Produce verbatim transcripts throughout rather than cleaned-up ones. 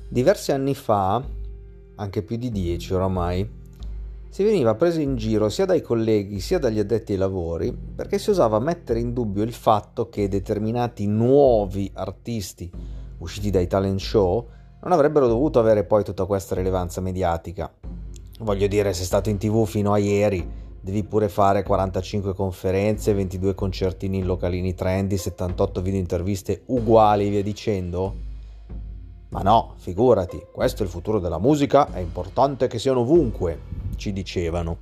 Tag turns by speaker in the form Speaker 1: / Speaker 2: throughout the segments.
Speaker 1: Diversi anni fa, anche più di dieci oramai, si veniva presi in giro sia dai colleghi sia dagli addetti ai lavori perché si osava mettere in dubbio il fatto che determinati nuovi artisti usciti dai talent show non avrebbero dovuto avere poi tutta questa rilevanza mediatica. Voglio dire, sei stato in tv fino a ieri, devi pure fare quarantacinque conferenze, ventidue concertini in localini trendy, settantotto video interviste uguali e via dicendo? Ma no, figurati, questo è il futuro della musica, è importante che siano ovunque, ci dicevano.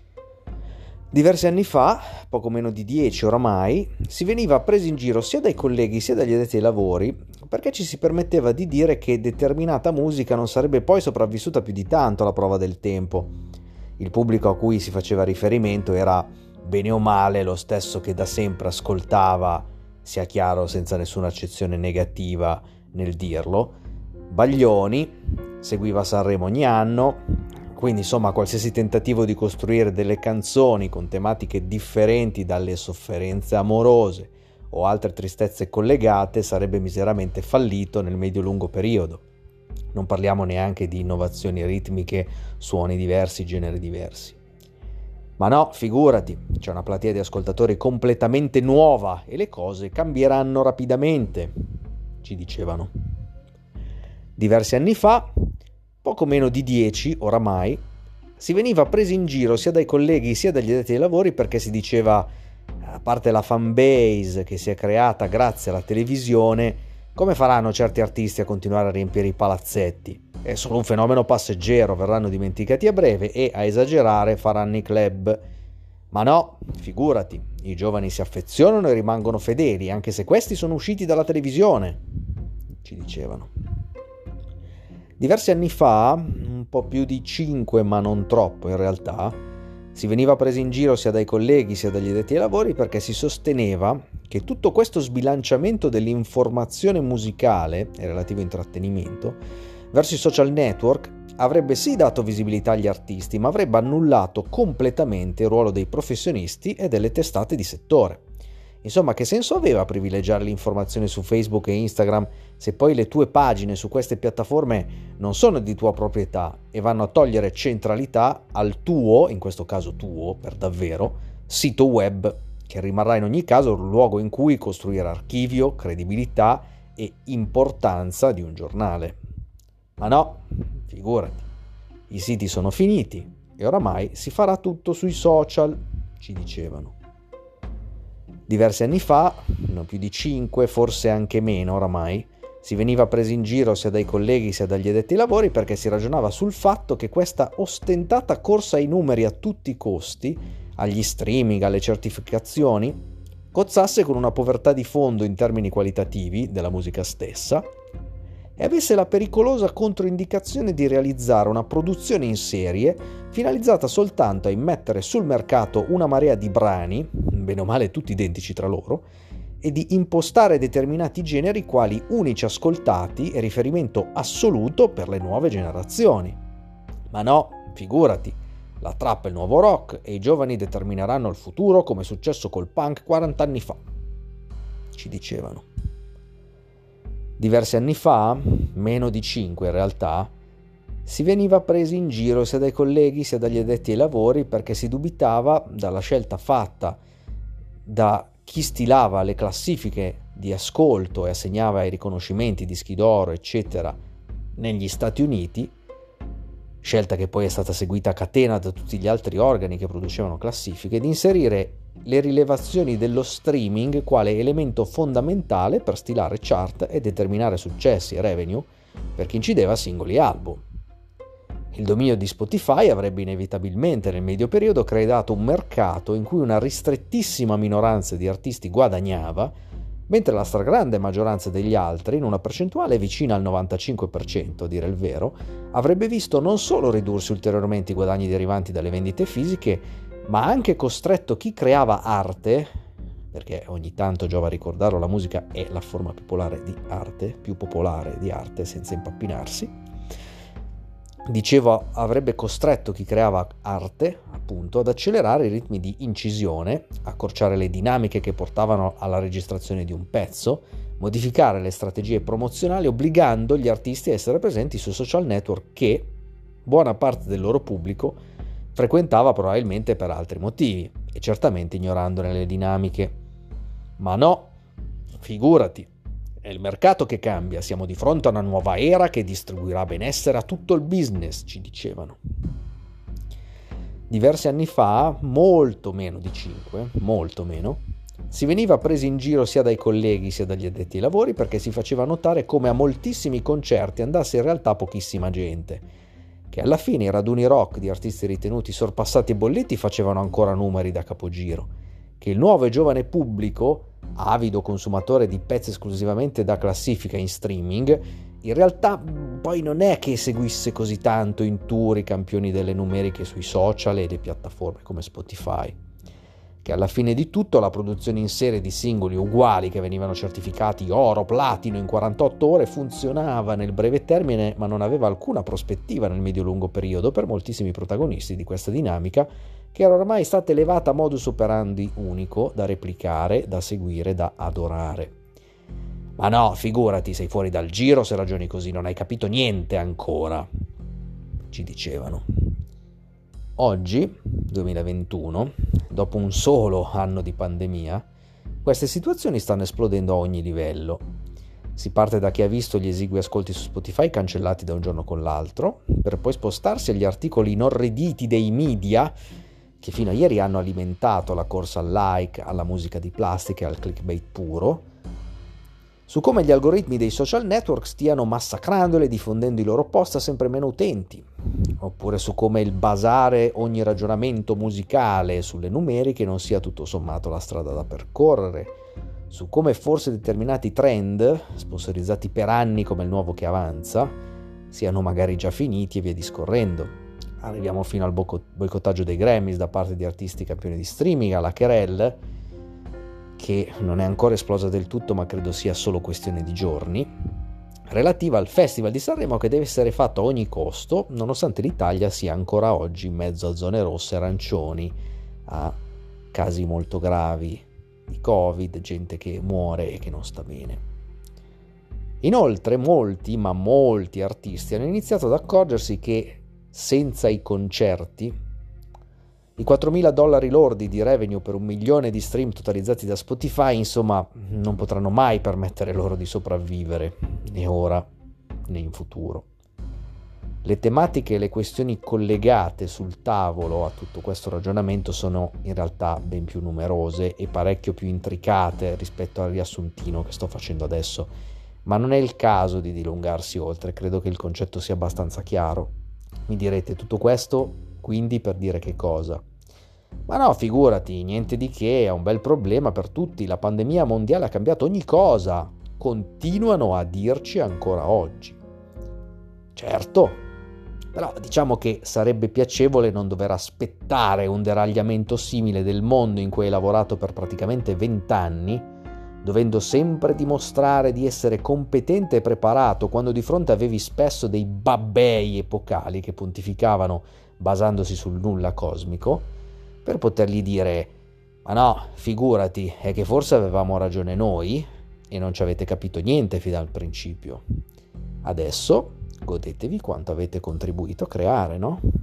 Speaker 1: Diversi anni fa, poco meno di dieci oramai, si veniva presi in giro sia dai colleghi sia dagli addetti ai lavori perché ci si permetteva di dire che determinata musica non sarebbe poi sopravvissuta più di tanto alla prova del tempo. Il pubblico a cui si faceva riferimento era, bene o male, lo stesso che da sempre ascoltava, sia chiaro senza nessuna accezione negativa nel dirlo, Baglioni, seguiva Sanremo ogni anno, quindi insomma qualsiasi tentativo di costruire delle canzoni con tematiche differenti dalle sofferenze amorose o altre tristezze collegate sarebbe miseramente fallito nel medio-lungo periodo. Non parliamo neanche di innovazioni ritmiche, suoni diversi, generi diversi. Ma no, figurati, c'è una platea di ascoltatori completamente nuova e le cose cambieranno rapidamente, ci dicevano. Diversi anni fa, poco meno di dieci oramai, si veniva presi in giro sia dai colleghi sia dagli addetti ai lavori perché si diceva, a parte la fanbase che si è creata grazie alla televisione, come faranno certi artisti a continuare a riempire i palazzetti? È solo un fenomeno passeggero, verranno dimenticati a breve e, a esagerare, faranno i club. Ma no, figurati, i giovani si affezionano e rimangono fedeli, anche se questi sono usciti dalla televisione, ci dicevano. Diversi anni fa, un po' più di cinque ma non troppo in realtà, si veniva presi in giro sia dai colleghi sia dagli addetti ai lavori perché si sosteneva che tutto questo sbilanciamento dell'informazione musicale e relativo intrattenimento verso i social network avrebbe sì dato visibilità agli artisti, ma avrebbe annullato completamente il ruolo dei professionisti e delle testate di settore. Insomma, che senso aveva privilegiare l'informazione su Facebook e Instagram se poi le tue pagine su queste piattaforme non sono di tua proprietà e vanno a togliere centralità al tuo, in questo caso tuo per davvero, sito web, che rimarrà in ogni caso un luogo in cui costruire archivio, credibilità e importanza di un giornale. Ma no, figurati, i siti sono finiti e oramai si farà tutto sui social, ci dicevano. Diversi anni fa, non più di cinque, forse anche meno oramai, si veniva presi in giro sia dai colleghi sia dagli addetti ai lavori perché si ragionava sul fatto che questa ostentata corsa ai numeri a tutti i costi, agli streaming, alle certificazioni, cozzasse con una povertà di fondo in termini qualitativi della musica stessa e avesse la pericolosa controindicazione di realizzare una produzione in serie finalizzata soltanto a immettere sul mercato una marea di brani, bene o male tutti identici tra loro, e di impostare determinati generi quali unici ascoltati e riferimento assoluto per le nuove generazioni. Ma no, figurati, la trap è il nuovo rock e i giovani determineranno il futuro come è successo col punk quaranta anni fa, ci dicevano. Diversi anni fa, meno di cinque in realtà, si veniva presi in giro sia dai colleghi sia dagli addetti ai lavori perché si dubitava dalla scelta fatta da chi stilava le classifiche di ascolto e assegnava i riconoscimenti, dischi d'oro, eccetera, negli Stati Uniti, scelta che poi è stata seguita a catena da tutti gli altri organi che producevano classifiche, di inserire le rilevazioni dello streaming quale elemento fondamentale per stilare chart e determinare successi e revenue per chi incideva singoli album. Il dominio di Spotify avrebbe inevitabilmente nel medio periodo creato un mercato in cui una ristrettissima minoranza di artisti guadagnava, mentre la stragrande maggioranza degli altri, in una percentuale vicina al novantacinque per cento a dire il vero, avrebbe visto non solo ridursi ulteriormente i guadagni derivanti dalle vendite fisiche, ma anche costretto chi creava arte, perché ogni tanto giova a ricordarlo, la musica è la forma popolare di arte, più popolare di arte senza impappinarsi, dicevo, avrebbe costretto chi creava arte, appunto, ad accelerare i ritmi di incisione, accorciare le dinamiche che portavano alla registrazione di un pezzo, modificare le strategie promozionali obbligando gli artisti a essere presenti sui social network che buona parte del loro pubblico frequentava probabilmente per altri motivi e certamente ignorandone le dinamiche. Ma no, figurati, è il mercato che cambia, siamo di fronte a una nuova era che distribuirà benessere a tutto il business, ci dicevano. Diversi anni fa, molto meno di cinque, molto meno, si veniva presi in giro sia dai colleghi sia dagli addetti ai lavori perché si faceva notare come a moltissimi concerti andasse in realtà pochissima gente, che alla fine i raduni rock di artisti ritenuti sorpassati e bolliti facevano ancora numeri da capogiro, che il nuovo e giovane pubblico, avido consumatore di pezzi esclusivamente da classifica in streaming, in realtà poi non è che seguisse così tanto in tour i campioni delle numeriche sui social e le piattaforme come Spotify, che alla fine di tutto la produzione in serie di singoli uguali che venivano certificati oro, platino in quarantotto ore funzionava nel breve termine ma non aveva alcuna prospettiva nel medio-lungo periodo per moltissimi protagonisti di questa dinamica che era ormai stata elevata a modus operandi unico da replicare, da seguire, da adorare. Ma no, figurati, sei fuori dal giro se ragioni così, non hai capito niente ancora, ci dicevano. Oggi, duemilaventuno, dopo un solo anno di pandemia, queste situazioni stanno esplodendo a ogni livello. Si parte da chi ha visto gli esigui ascolti su Spotify cancellati da un giorno con l'altro, per poi spostarsi agli articoli inorriditi dei media che fino a ieri hanno alimentato la corsa al like, alla musica di plastica e al clickbait puro, su come gli algoritmi dei social network stiano massacrandoli e diffondendo i loro post a sempre meno utenti, oppure su come il basare ogni ragionamento musicale sulle numeriche non sia tutto sommato la strada da percorrere, su come forse determinati trend, sponsorizzati per anni come il nuovo che avanza, siano magari già finiti e via discorrendo. Arriviamo fino al boicottaggio dei Grammys da parte di artisti campioni di streaming, alla querelle, che non è ancora esplosa del tutto ma credo sia solo questione di giorni, relativa al Festival di Sanremo che deve essere fatto a ogni costo, nonostante l'Italia sia ancora oggi in mezzo a zone rosse e arancioni, a casi molto gravi di Covid, gente che muore e che non sta bene. Inoltre molti, ma molti artisti hanno iniziato ad accorgersi che senza i concerti i quattromila dollari lordi di revenue per un milione di stream totalizzati da Spotify, insomma, non potranno mai permettere loro di sopravvivere, né ora né in futuro. Le tematiche e le questioni collegate sul tavolo a tutto questo ragionamento sono in realtà ben più numerose e parecchio più intricate rispetto al riassuntino che sto facendo adesso, ma non è il caso di dilungarsi oltre, credo che il concetto sia abbastanza chiaro. Mi direte, tutto questo quindi per dire che cosa? Ma no, figurati, niente di che, è un bel problema per tutti, la pandemia mondiale ha cambiato ogni cosa, continuano a dirci ancora oggi. Certo, però diciamo che sarebbe piacevole non dover aspettare un deragliamento simile del mondo in cui hai lavorato per praticamente vent'anni, dovendo sempre dimostrare di essere competente e preparato quando di fronte avevi spesso dei babbei epocali che pontificavano basandosi sul nulla cosmico, per potergli dire ma no, figurati, è che forse avevamo ragione noi e non ci avete capito niente fin dal principio. Adesso godetevi quanto avete contribuito a creare, no?